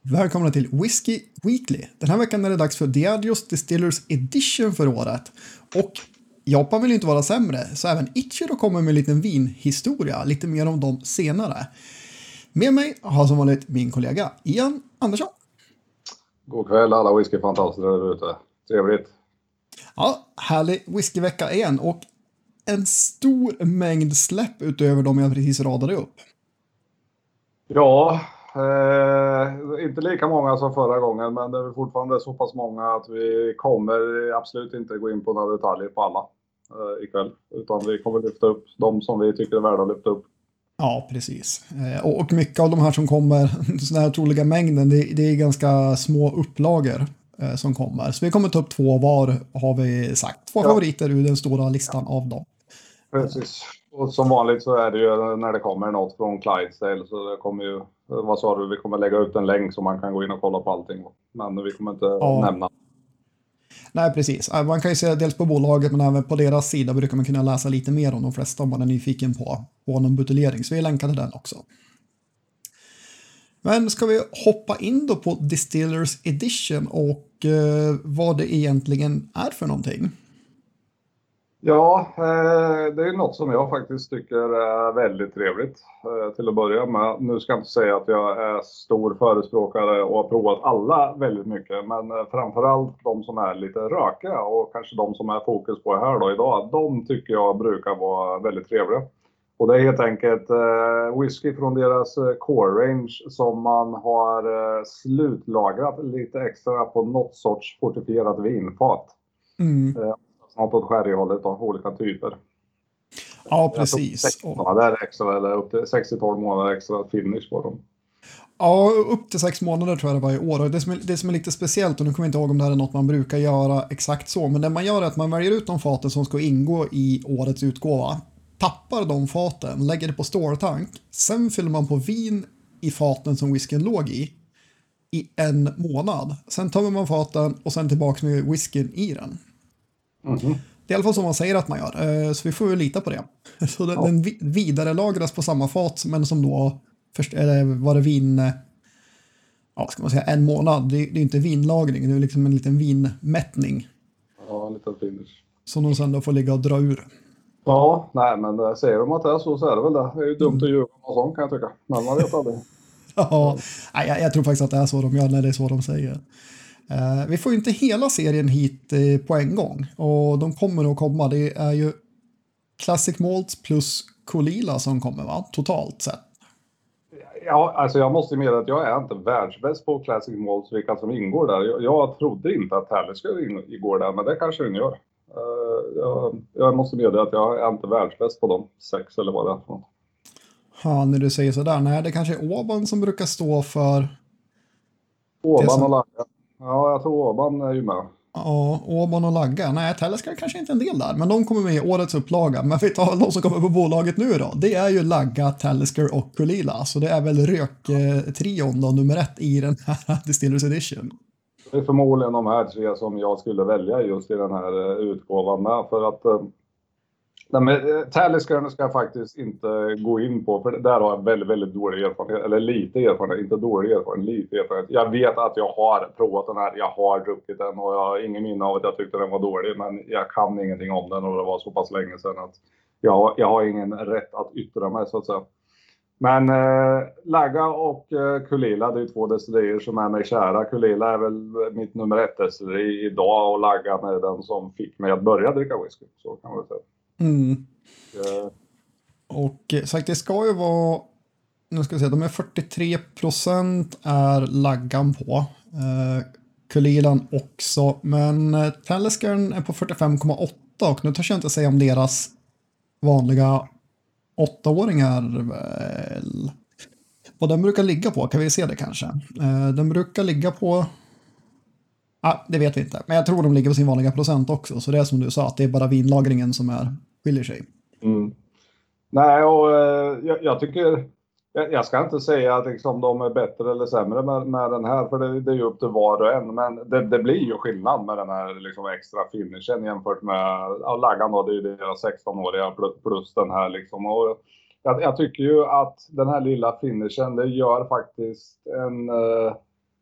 Välkomna till Whiskey Weekly. Den här veckan är det dags för Diageos Distillers Edition för året. Och Japan vill ju inte vara sämre, så även Ichiro kommer med en liten vinhistoria, lite mer om dem senare. Med mig har som vanligt min kollega Ian Andersson. God kväll alla whiskyfantaster där ute. Trevligt. Ja, härlig whiskyvecka igen och en stor mängd släpp utöver de jag precis radade upp. Ja, inte lika många som förra gången, men det är fortfarande så pass många att vi kommer absolut inte gå in på några detaljer på alla ikväll. Utan vi kommer lyfta upp de som vi tycker är värda att lyfta upp. Ja, precis. Och mycket av de här som kommer, den här otroliga mängden, det är ganska små upplagor som kommer. Så vi kommer ta upp två var, har vi sagt. Två favoriter ur den stora listan av dem. Precis. Och som vanligt så är det ju när det kommer något från Clydesdale, så det kommer ju, vad sa du, vi kommer lägga ut en länk så man kan gå in och kolla på allting. Men vi kommer inte nämna. Nej, precis. Man kan ju se dels på bolaget, men även på deras sida brukar man kunna läsa lite mer om de flesta om man är nyfiken på någon buteljering. Så vi länkade den också. Men ska vi hoppa in då på Distillers Edition och vad det egentligen är för någonting? Ja, det är något som jag faktiskt tycker är väldigt trevligt till att börja med. Nu ska jag inte säga att jag är stor förespråkare och har provat alla väldigt mycket. Men framförallt de som är lite rökiga och kanske de som är fokus på här då idag. De tycker jag brukar vara väldigt trevliga. Och det är helt enkelt whisky från deras core range som man har slutlagrat lite extra på något sorts fortifierat vinfat. Något åt sherryhållet av olika typer. Ja, precis. Det är extra, eller upp till 6-12 månader extra finish på dem. Ja, upp till 6 månader tror jag det var i år. Och det som är lite speciellt, och nu kommer jag inte ihåg om det här är något man brukar göra exakt så, men det man gör är att man väljer ut de faten som ska ingå i årets utgåva, tappar de faten, lägger det på store-tank, sen fyller man på vin i faten som whiskyn låg i 1 månad. Sen tar man faten och sen tillbaka med whiskyn i den. Det är i alla fall som man säger att man gör, så vi får ju lita på det. Så den vidare lagras på samma fat, men som då var det vin, ska man säga 1 månad. Det är inte vinlagring, det är liksom en liten vinmättning. Ja, en liten finish. Som de sen då får ligga och dra ur. Ja, nej men säger de att det är så är det väl det. Det är ju dumt att ljuga och sånt kan jag tycka. Men man vet aldrig. Ja, jag tror faktiskt att det är så de gör när det är så de säger. Vi får ju inte hela serien hit på en gång. Och de kommer att komma. Det är ju Classic Malts plus Kolila som kommer, va? Totalt sett. Ja, alltså jag måste medge att jag är inte världsbäst på Classic Malts, vilka som ingår där. Jag trodde inte att Talisker ingår där, men det kanske den gör. Jag måste medge att jag är inte världsbäst på de 6 eller vad det är för något. Ja, när du säger sådär. Nej, det kanske är Åban som brukar stå för... Åban och Lagga. Ja, jag tror Åban är ju med. Ja, Åban och Lagga. Nej, Talisker kanske inte en del där, men de kommer med i årets upplaga. Men vi tar de som kommer på bolaget nu då. Det är ju Lagga, Talisker och Kolila. Så det är väl röktrion då, nummer 1 i den här Distillers Edition. Det är förmodligen de här 3 som jag skulle välja just i den här utgåvan med. För att Talisker ska jag faktiskt inte gå in på. För där har jag väldigt, väldigt dålig erfarenhet. Eller lite erfarenhet, inte dålig erfarenhet, lite erfarenhet. Jag vet att jag har provat den här, jag har druckit den. Och jag har ingen minne av att jag tyckte den var dålig. Men jag kan ingenting om den och det var så pass länge sedan att jag har ingen rätt att yttra mig så att säga. Men Lagga och Kolila, det är 2 destillerier som är mig kära. Kolila är väl mitt nummer 1 destilleri idag och Lagga är den som fick mig att börja dricka whisky. Så kan man säga. Och sagt, det ska ju vara, nu ska vi se, de är 43% är Laggan på. Kolilan också, men Taliskern är på 45,8 och nu törs jag inte säga om deras vanliga 8-åringar väl. Vad den brukar ligga på, kan vi se det kanske? Den brukar ligga på... det vet vi inte. Men jag tror de ligger på sin vanliga procent också. Så det är som du sa, att det är bara vinlagringen som skiljer sig. Nej, och jag tycker... Jag ska inte säga att liksom, de är bättre eller sämre med den här. För det är ju upp till var och en. Men det blir ju skillnad med den här liksom, extra finishen jämfört med Laggan då. Det är ju deras 16-åriga plus den här liksom. Och jag tycker ju att den här lilla finishen, det gör faktiskt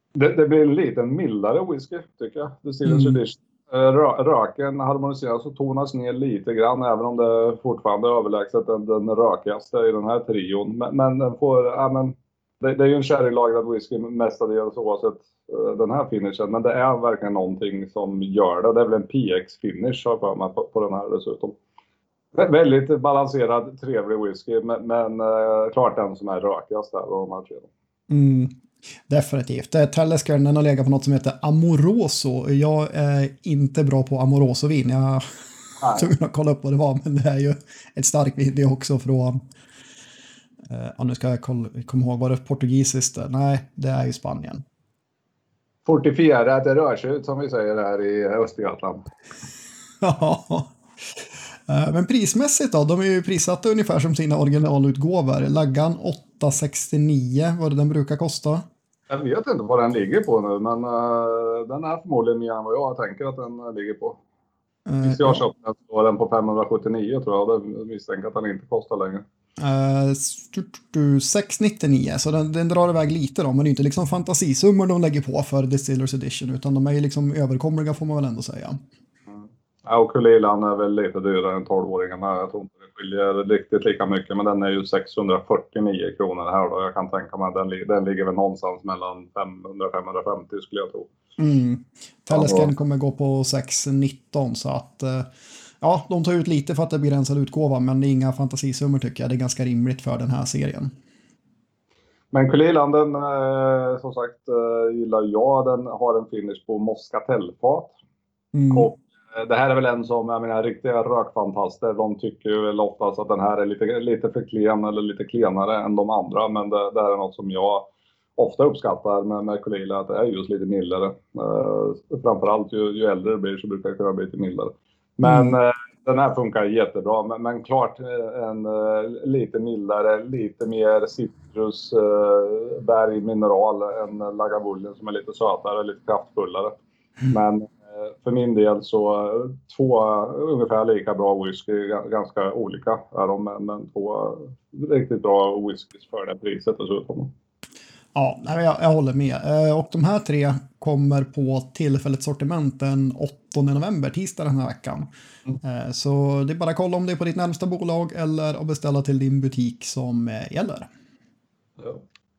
Det blir en lite mildare whisky tycker jag. Distillers Edition. Röken harmoniseras och tonas ner lite grann, även om det fortfarande är överlägset den rökigaste i den här trion. Men den får, det är ju en sherrylagrad whisky mestadels oavsett den här finishen. Men det är verkligen någonting som gör det. Det är väl en PX-finish har jag för mig på den här dessutom. Väldigt balanserad, trevlig whisky, men klart den som är rökigast där av de här tre. Definitivt. Talisker, den har legat på något som heter Amoroso. Jag är inte bra på Amoroso-vin. Jag tog att kolla upp vad det var, men det är ju ett starkt vin. Det är också från... nu ska jag komma ihåg, var det portugisiskt? Nej, det är ju Spanien. Fortifierat, det rör sig ut som vi säger här i Östergötland. Ja. Men prismässigt då, de är ju prissatta ungefär som sina originalutgåvor. Laggan 8,69, vad den brukar kosta. Jag vet inte vad den ligger på nu, men den är förmodligen mer än vad jag tänker att den ligger på. Hvis jag köpte den så var den på 579 tror jag, och det misstänker att den inte kostar längre. 6,99, så den drar iväg lite då, men det är inte liksom fantasisummor de lägger på för Distillers Edition, utan de är ju liksom överkomliga får man väl ändå säga. Ja, och Kulilan är väl lite dyrare än 12-åringarna. Jag tror inte det skiljer riktigt lika mycket, men den är ju 649 kronor här då. Jag kan tänka mig att den ligger väl någonstans mellan 500-550 skulle jag tro. Talisken kommer gå på 6,19 så att ja, de tar ut lite för att det blir en utgåva, men det är inga fantasisummor tycker jag. Det är ganska rimligt för den här serien. Men Kulilan, den som sagt gillar jag. Den har en finish på moskatellfat. Och det här är väl en som, jag menar, riktiga rökfantaster. De tycker ju väl oftast att den här är lite för klen eller lite klenare än de andra. Men det är något som jag ofta uppskattar med Kulila, att det är just lite mildare. Framförallt ju äldre det blir så brukar det kunna bli lite mildare. Men den här funkar jättebra. Men klart en lite mildare, lite mer citrus, berg, mineral än Lagavulin som är lite sötare, lite kraftfullare. Men för min del så 2 ungefär lika bra whisky, ganska olika är de, men 2 riktigt bra whiskys för det priset dessutom. Ja, jag håller med. Och de här 3 kommer på tillfälligt sortiment den 8 november, tisdag den här veckan. Så det är bara att kolla om det är på ditt närmsta bolag eller att beställa till din butik som gäller. Ja.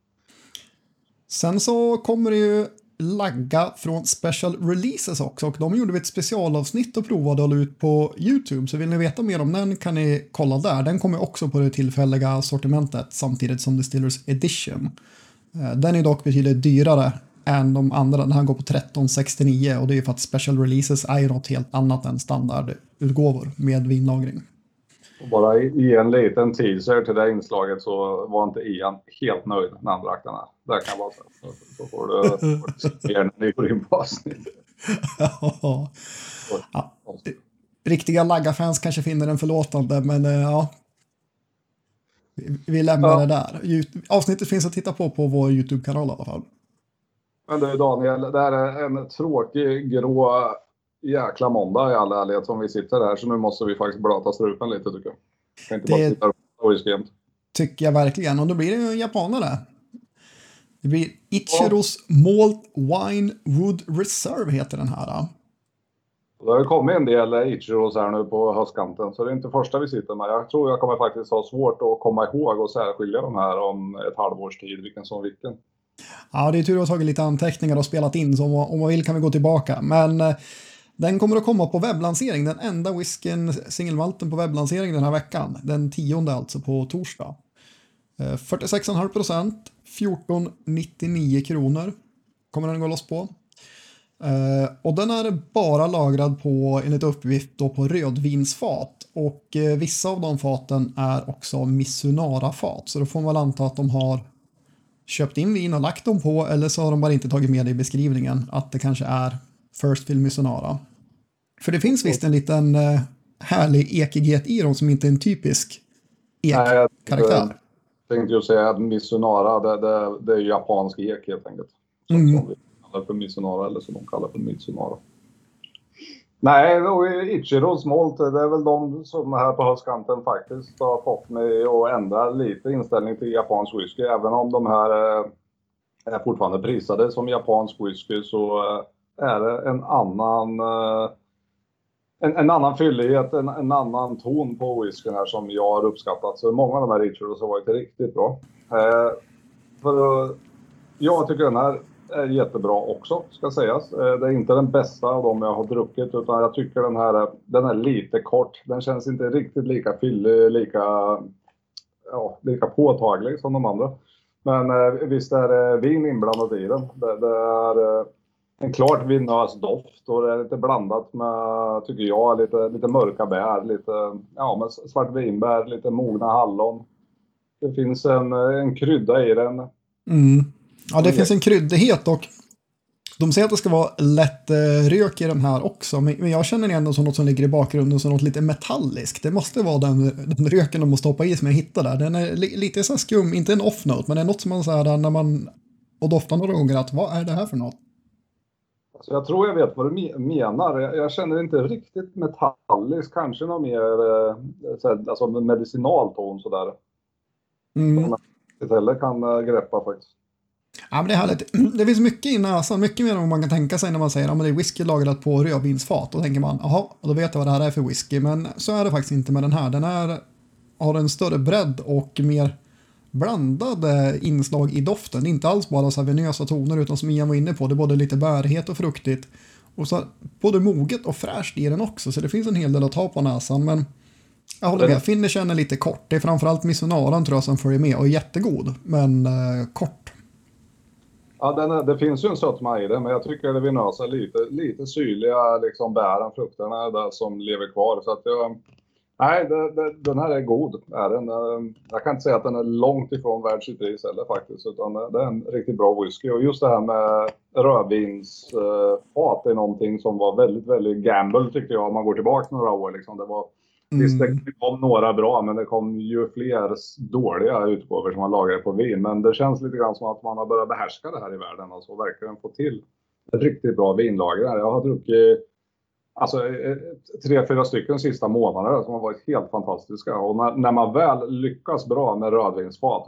Sen så kommer det ju lagga från special releases också, och de gjorde vi ett specialavsnitt och provade och la ut på YouTube, så vill ni veta mer om den kan ni kolla där. Den kommer också på det tillfälliga sortimentet samtidigt som Distillers Edition. Den är dock betydligt dyrare än de andra. Den här går på 13,69 och det är för att special releases är något helt annat än standardutgåvor med vinlagring. Och bara i en liten teaser till det inslaget så var inte Ian helt nöjd när han drack den här. Där kan vara så får du se när ni går in på avsnitt. Ja. Riktiga Lagga-fans kanske finner den förlåtande, men ja. Vi lämnar det där. Avsnittet finns att titta på vår YouTube-kanal i alla fall. Men du Daniel, det här är en tråkig grå jäkla måndag i all ärlighet som vi sitter här, så nu måste vi faktiskt blöta strupen lite tycker jag. Kan inte bara sitta och whisky. Tycker jag verkligen, och då blir det ju en japanare. Det blir Ichiros Malt Wine Wood Reserve heter den här. Det har ju kommit en del Ichiros här nu på höstkanten, så det är inte första vi sitter med. Jag tror jag kommer faktiskt ha svårt att komma ihåg och särskilja de här om ett halvårs tid, vilken som vilken. Ja, det är tur att ha tagit lite anteckningar och spelat in, så om man vill kan vi gå tillbaka. Men den kommer att komma på webblansering, den enda whiskyn, singelmalten på webblansering den här veckan. Den 10:e alltså på torsdag. 46,5%, 14,99 kronor kommer den gå loss på. Och den är bara lagrad på, enligt uppgift då, på rödvinsfat. Och vissa av de faten är också Mizunara-fat. Så då får man väl anta att de har köpt in vin och lagt dem på, eller så har de bara inte tagit med det i beskrivningen att det kanske är First Fill Mizunara. För det finns visst en liten härlig ekighet i dem som inte är en typisk ek-karaktär. Jag tänkte ju säga att Mizunara, det är japansk ek helt enkelt. Som vi kallar för Mizunara, eller som de kallar för Mizunara. Nej, och Ichiros Malt, det är väl de som här på höstkanten faktiskt har fått mig att ändra lite inställning till japansk whisky. Även om de här är fortfarande prisade som japansk whisky, så är det en annan fyllighet, en annan ton på whiskyn här som jag har uppskattat. Så många av de här Richards har varit riktigt bra. Jag tycker den här är jättebra också, ska sägas. Det är inte den bästa av dem jag har druckit, utan jag tycker den är lite kort. Den känns inte riktigt lika fyllig, lika påtaglig som de andra. Men visst är det vin inblandat i den. Det är en klart vinös doft, och det är lite blandat med, tycker jag, lite mörka bär, med svart vinbär, lite mogna hallon. Det finns en krydda i den. Ja, det finns en kryddighet, och de säger att det ska vara lätt rök i den här också, men jag känner igen den som något som ligger i bakgrunden, som något lite metalliskt. Det måste vara den röken de måste stoppa i som jag hittar där. Den är lite så skum, inte en off-note, men det är något som man säger när man och doftar några gånger, att vad är det här för något? Så jag tror jag vet vad du menar. Jag känner inte riktigt metallisk, kanske någon mer alltså medicinal ton sådär. Som man inte heller kan greppa faktiskt. Ja, men det är härligt. Det finns mycket i näsan, mycket mer än vad man kan tänka sig när man säger att det är whisky lagrat på rödvinsfat. Då tänker man, jaha, då vet jag vad det här är för whisky. Men så är det faktiskt inte med den här. Den här har en större bredd och mer blandade inslag i doften. Det är inte alls bara så här venösa toner, utan som Ian var inne på, det är både lite bärighet och fruktigt. Och så både moget och fräscht i den också, så det finns en hel del att ta på näsan. Men jag håller med, finishen är lite kort. Det är framförallt missionaran tror jag som följer med, och jättegod, men kort. Ja, det finns ju en sötma i det, men jag tycker det vinösa lite syrliga liksom bären, frukterna där som lever kvar. Så att den här är god. Jag kan inte säga att den är långt ifrån världspris eller faktiskt, utan det är en riktigt bra whisky. Och just det här med rödvinsfat är någonting som var väldigt, väldigt gamble tyckte jag, om man går tillbaka några år. Liksom. Det var, visst, det kom några bra, men det kom ju fler dåliga utgåvor som man lagade på vin. Men det känns lite grann som att man har börjat behärska det här i världen, alltså verkligen få till ett riktigt bra vinlager. Jag har druckit 3-4 stycken sista månaderna som har varit helt fantastiska. Och när man väl lyckas bra med rödvinsfat,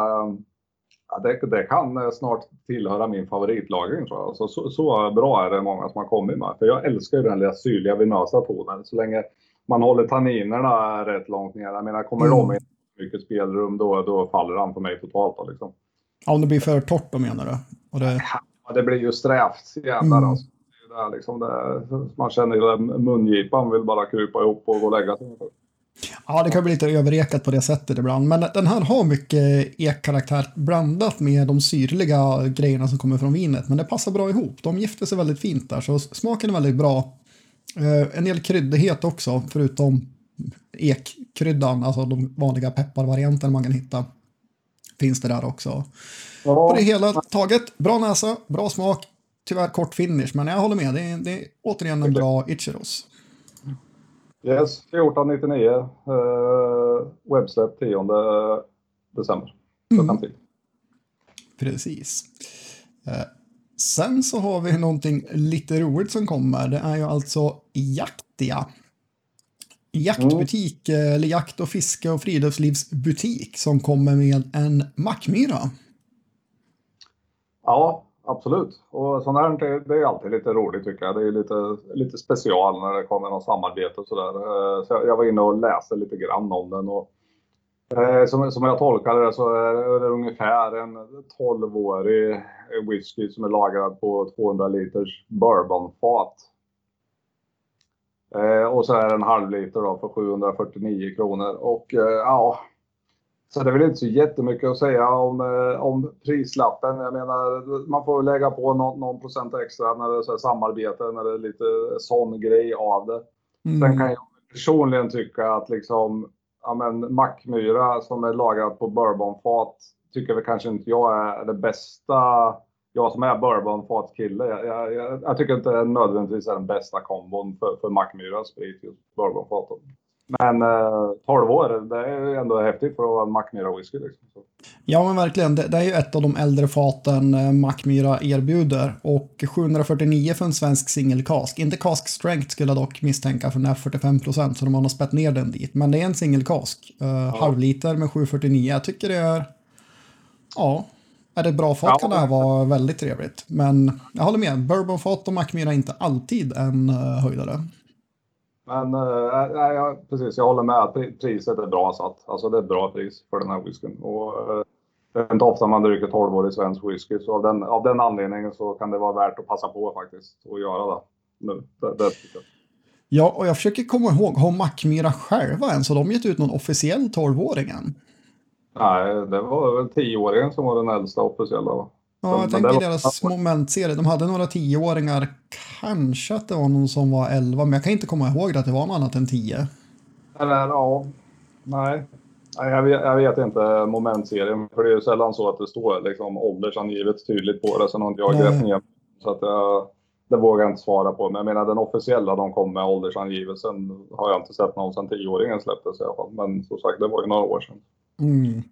det kan snart tillhöra min favoritlagring tror jag. Så bra är det många som har kommit med. För jag älskar ju den lilla syrliga vinösa tonen. Så länge man håller tanninerna rätt långt ner. Jag menar, kommer de in mycket spelrum, då faller han på mig totalt då, liksom. Ja, om det blir för torrt då menar du? Och det blir ju strävt igen där alltså. Man känner att mungipan vill bara krypa ihop och gå och lägga sig. Ja, det kan bli lite överekat på det sättet ibland. Men den här har mycket ekkaraktär blandat med de syrliga grejerna som kommer från vinet. Men det passar bra ihop. De gifter sig väldigt fint där. Så smaken är väldigt bra. En del kryddighet också, förutom ekkryddan. Alltså de vanliga pepparvarianterna man kan hitta. Finns det där också. Ja. På det hela taget, bra näsa, bra smak. Tyvärr kort finish, men jag håller med. Det är återigen en bra Ichiros. Yes, 1499. Webbsläpp 10 december. Precis. Sen så har vi någonting lite roligt som kommer. Det är ju alltså Jaktia. Jaktbutik, eller jakt- och fiske- och friluftslivsbutik som kommer med en mackmyra. Ja, absolut. Och sånt här, det är alltid lite roligt tycker jag. Det är lite special när det kommer någon samarbete och sådär. Så jag var inne och läste lite grann om den. Och, som jag tolkar det så är det ungefär en 12-årig whisky som är lagrad på 200 liters bourbonfat. Och så är det en halvliter då för 749 kronor. Och så det är väl inte så jättemycket att säga om prislappen. Jag menar, man får lägga på någon procent extra när det är så här samarbete, när det är lite sån grej av det. Sen kan jag personligen tycka att liksom, mackmyra som är lagrad på bourbonfat tycker väl kanske inte jag är det bästa. Jag som är bourbonfatkille, jag tycker inte det nödvändigtvis är den bästa kombon för mackmyra sprit just bourbonfaten. Men 12 år, det är ändå häftigt för att vara en mackmyra whisky. Liksom. Ja men verkligen, det är ju ett av de äldre faten mackmyra erbjuder. Och 749 för en svensk single cask. Inte cask strength skulle jag dock misstänka för den är 45%, så de har spett ner den dit. Men det är en single cask, halvliter med 749. Jag tycker det är, Är det bra fat kan det här vara väldigt trevligt. Men jag håller med, bourbonfat och Mackmyra är inte alltid en höjdare. Men precis, jag håller med att priset är bra satt. Alltså det är ett bra pris för den här whiskyn. Och det är inte ofta man dricker 12-årig svensk whisky. Så av den anledningen så kan det vara värt att passa på faktiskt och göra det nu. Det. Ja, och jag försöker komma ihåg, har Mackmyra själva än så de gett ut någon officiell 12-åring än? Nej, det var väl 10-åringen som var den äldsta officiella. Va? Ja, jag tänker deras momentserie. De hade några 10-åringar. Kanske att det var någon som var 11. Men jag kan inte komma ihåg att det var något annat än 10. Eller ja, nej. Jag vet inte momentserien. För det är ju sällan så att det står liksom åldersangivet tydligt på det. Så har inte jag grävt ner. Så att det vågar jag inte svara på. Men jag menar den officiella de kom med åldersangivelsen har jag inte sett någon sedan 10-åringen släpptes i alla fall. Men som sagt, det var ju några år sedan. Mm.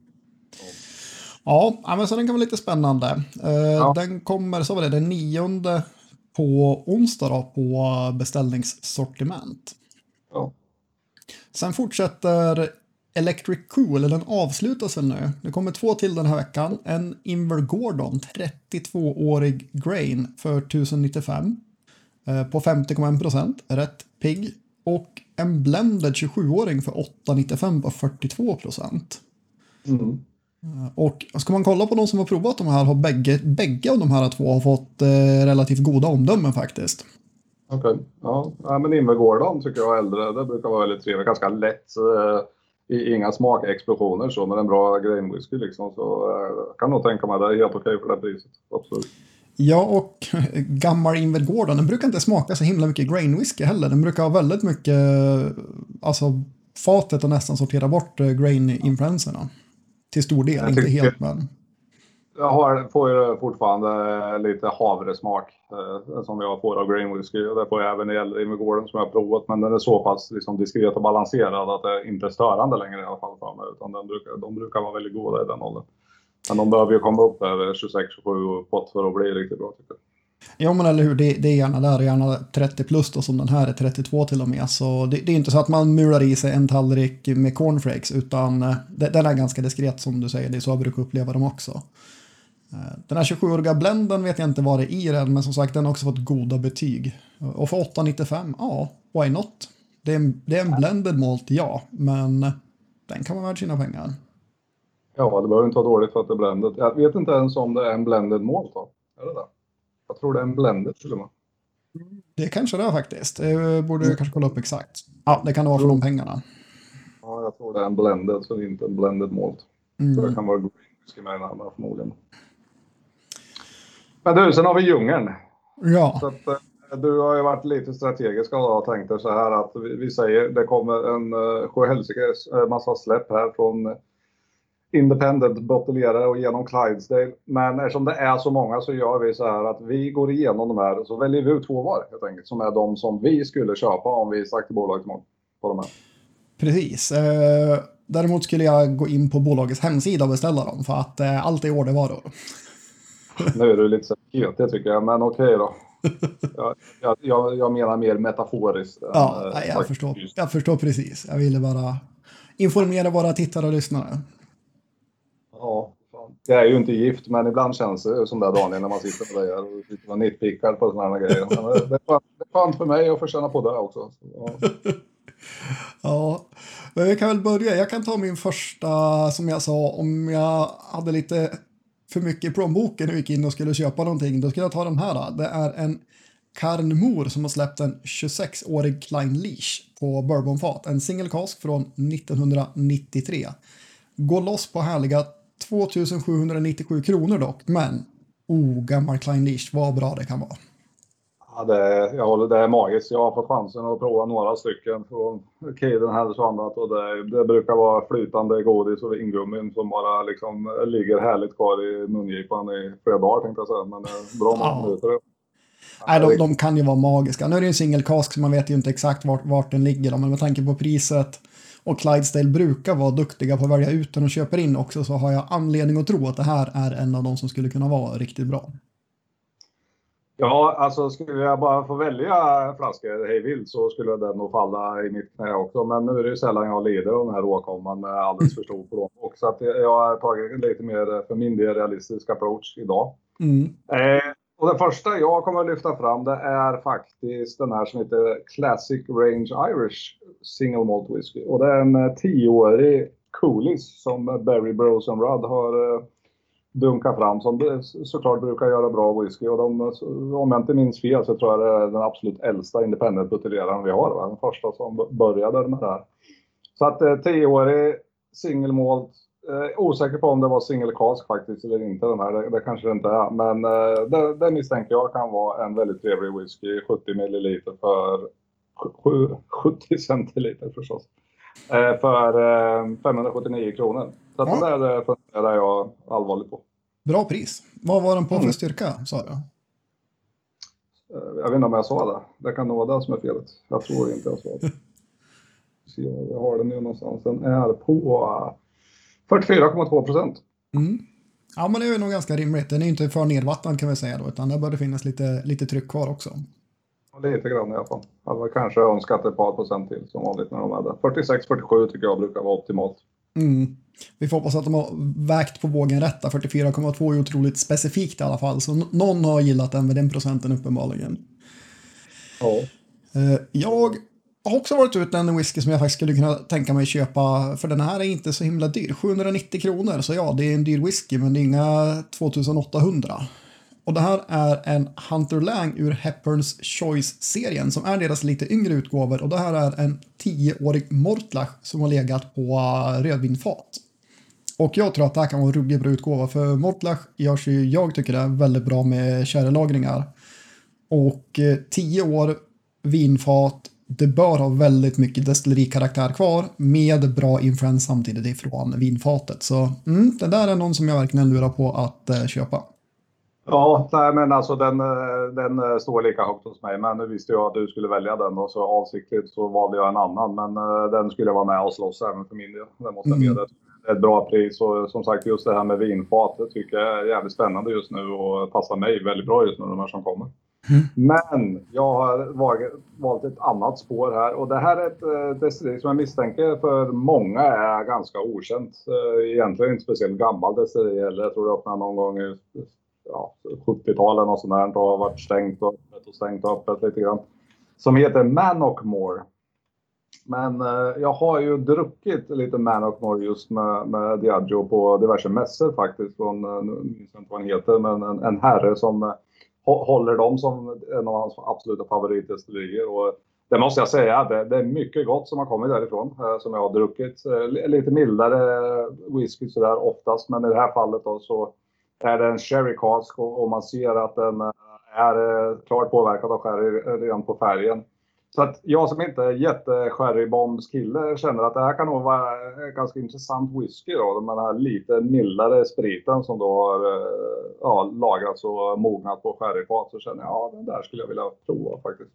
Ja, men så den kan vara lite spännande. Den kommer, så var det den 9:e på onsdag då, på beställningssortiment. Ja. Sen fortsätter Electric Cool, eller den avslutas väl nu. Det kommer 2 till den här veckan. En Invergordon, 32-årig grain för 1095 på 50,1%, rätt pigg. Och en blended 27-åring för 895 på 42%. Mm. Och ska man kolla på de som har provat de här har bägge av de här två har fått relativt goda omdömen faktiskt. Okej. Ja, men Invergordon tycker jag är äldre. Det brukar vara väldigt trevligt. Ganska lätt. Inga smakexplosioner så. Men en bra grain whisky liksom. Så kan nog tänka mig det är helt okej för det priset. Absolut. Ja, och gammal Invergordon, den brukar inte smaka så himla mycket grain whisky heller. Den brukar ha väldigt mycket, alltså fatet och nästan sortera bort grain-influenserna. Till stor del, inte helt men. Jag får ju fortfarande lite havresmak som jag får av grain whisky. Och det får jag även när det gäller Invergordon som jag har provat. Men den är så pass liksom, diskret och balanserad att det inte är störande längre i alla fall för mig. Utan de brukar vara väldigt goda i den åldern. Men de behöver ju komma upp över 26-27 pott för att bli riktigt bra tycker jag. Ja men eller hur, det är gärna där, gärna 30 plus då som den här är 32 till och med. Så det är inte så att man mular i sig en tallrik med cornflakes utan den är ganska diskret som du säger, det är så jag brukar uppleva dem också. Den här 27-åriga blenden vet jag inte vad det är i den, men som sagt den har också fått goda betyg. Och för 8,95, ja, why not? Det är en blended malt, ja, men den kan vara värd sina pengar. Ja, det behöver inte vara dåligt för att det är blended. Jag vet inte ens om det är en blended malt då. Är det det? Jag tror det är en blended till och med. Det kanske det är faktiskt. Det borde jag kanske kolla upp exakt. Ja, det kan det vara för de pengarna. Ja, jag tror det är en blended så inte en blended malt. Så det kan vara green whisky med den här förmodligen. Men du, sen har vi djungeln. Ja. Så att, du har ju varit lite strategisk och jag tänkte så här att vi säger det kommer en sjöhelsikes massa släpp här från independent bottelerare och genom Clydesdale. Men eftersom det är så många så gör vi så här att vi går igenom de här och så väljer vi ut 2 var helt enkelt. Som är de som vi skulle köpa om vi sagt till bolaget på de här. Precis. Däremot skulle jag gå in på bolagets hemsida och beställa dem för att allt är ordervaror. Nu är du lite så det tycker jag, men okej då. Jag menar mer metaforiskt. Ja, jag förstår precis. Jag ville bara informera våra tittare och lyssnare. Ja, fan. Jag är ju inte gift, men ibland känns det som det Daniel när man sitter med dig och sitter och nitpickar på sådana här grejer. Men det är fan för mig att få känna på det också. Ja. Ja, men vi kan väl börja. Jag kan ta min första, som jag sa, om jag hade lite för mycket i plånboken och gick in och skulle köpa någonting, då skulle jag ta den här. Då. Det är en Carnmor som har släppt en 26-årig Klein Leash på bourbonfat. En single cask från 1993. Går loss på härliga 2797 kronor dock, men gammal Klein Leash, vad bra det kan vara. Ja, det är magiskt. Jag har fått chansen att prova några stycken från Kiden här och annat. Och det brukar vara flytande godis och ingummin som bara liksom ligger härligt kvar i mungipan i flera dagar tänkte jag säga. Men bra minuter. Nej, de kan ju vara magiska. Nu är det en single cask så man vet ju inte exakt vart den ligger. Men med tanke på priset och Clydesdale brukar vara duktiga på att välja ut den och köper in också så har jag anledning att tro att det här är en av de som skulle kunna vara riktigt bra. Ja, alltså skulle jag bara få välja flaskor hej vilt så skulle den nog falla i mitt knä också. Men nu är det ju sällan jag lider av den här åkomman med alldeles för stor plånbok. Så att jag har tagit en lite mer, för min del, realistisk approach idag. Och den första jag kommer att lyfta fram, det är faktiskt den här som heter Classic Range Irish Single Malt Whisky. Och det är en 10-årig Coolies som Barry Bros Rudd har dunkat fram, som såklart brukar göra bra whisky. Och om jag inte minns fel så tror jag det är den absolut äldsta independent-buteljeraren vi har. Va? Den första som började med det här. Så att 10-årig single malt. Osäker på om det var single cask faktiskt eller inte den här. Det kanske det inte är. Men det misstänker jag kan vara en väldigt trevlig whisky. 70 milliliter för 70 centiliter förstås. För 579 kronor. Så att det där funderar jag allvarligt på. Bra pris. Vad var den på för styrka, sa du? Jag vet inte om jag sa det. Det kan nog vara det som är felet. Jag tror inte jag sa det. Jag har den nu någonstans. Den är på 44,2%. Ja, men det är nog ganska rimligt. Den är ju inte för nedvattnad kan vi säga då. Utan där bör det finnas lite tryck kvar också. Lite grann i alla fall. Jag hade kanske önskat ett par procent till som vanligt när de är där. 46-47 tycker jag brukar vara optimalt. Vi får hoppas att de har vägt på vågen rätta. 44,2 är otroligt specifikt i alla fall. Så någon har gillat den med den procenten uppenbarligen. Ja. Jag har också varit ut en whisky som jag faktiskt skulle kunna tänka mig köpa. För den här är inte så himla dyr. 790 kronor. Så ja, det är en dyr whisky men det är inga 2800. Och det här är en Hunter Lang ur Hepburns Choice-serien som är deras lite yngre utgåvor. Och det här är en 10-årig Mortlach som har legat på rödvinfat. Och jag tror att det här kan vara en ruggig bra utgåva för Mortlach görs ju, jag tycker det är väldigt bra med kärrelagringar. Och 10 år vinfat, det bör ha väldigt mycket destillerikaraktär kvar med bra influens samtidigt ifrån vinfatet. Så det där är någon som jag verkligen lurar på att köpa. Ja, nej, men alltså den står lika högt hos mig. Men nu visste jag att du skulle välja den och så avsiktligt så valde jag en annan. Men den skulle vara med och slåss även för min del. Den måste jag med. Det är ett bra pris och som sagt just det här med vinfat det tycker jag är jävligt spännande just nu och passar mig väldigt bra just nu de här som kommer. Men jag har valt ett annat spår här och det här är ett destilleri som jag misstänker för många är ganska okänt. Egentligen inte speciellt gammal destilleri heller. Jag tror det öppnade någon gång i 70-talet och sånt där och har varit stängt och öppet lite grann. Som heter Mannockmore. Men jag har ju druckit lite Mannockmore just med Diageo på diverse mässor faktiskt. Från, nu minns jag inte vad han heter, men en herre som håller dem som en av hans absoluta favoritdestillerier. Och det måste jag säga, det är mycket gott som har kommit därifrån. Som jag har druckit. Lite mildare whisky sådär oftast, men i det här fallet då så är det en sherry cask och man ser att den är klart påverkad av sherry redan på färgen. Så att jag som inte är jätte-sherrybombs-kille känner att det här kan nog vara en ganska intressant whisky då. Den här lite mildare spriten som då har lagrats och mognat på sherryfat så känner jag den där skulle jag vilja prova faktiskt.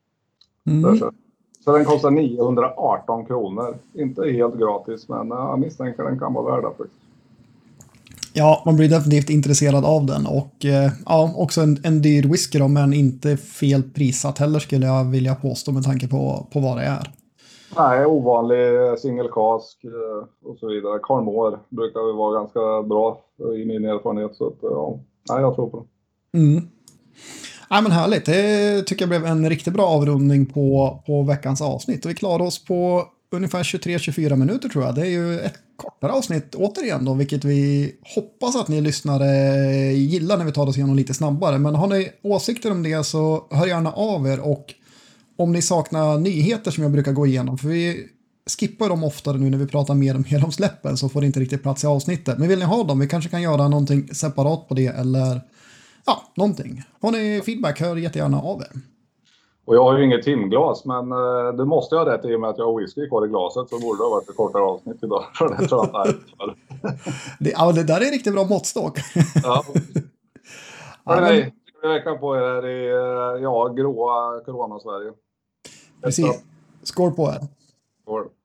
Så den kostar 918 kronor. Inte helt gratis men jag misstänker den kan vara värd faktiskt. Ja, man blir definitivt intresserad av den och också en dyr whisky då, men inte fel prissatt heller skulle jag vilja påstå med tanke på vad det är. Nej, ovanlig single cask och så vidare. Carmore brukar väl vara ganska bra i min erfarenhet så att, jag tror på det. Ja, men härligt. Det tycker jag blev en riktigt bra avrundning på veckans avsnitt och vi klarar oss på ungefär 23-24 minuter tror jag. Det är ju ett kortare avsnitt återigen då, vilket vi hoppas att ni lyssnare gillar när vi tar oss igenom lite snabbare. Men har ni åsikter om det så hör gärna av er och om ni saknar nyheter som jag brukar gå igenom, för vi skippar dem oftare nu när vi pratar mer om släppen så får det inte riktigt plats i avsnittet. Men vill ni ha dem? Vi kanske kan göra någonting separat på det eller någonting. Har ni feedback, hör jättegärna av er. Och jag har ju inget timglas, men du måste ha rätt i och med att jag har whisky kvar i glaset så borde det ha varit ett kortare avsnitt idag. För det tror jag att det där är riktigt bra måttstock. Ja. Hörrni, vi veckar på er här i gråa Corona-Sverige. Precis. Skål på er. Skål.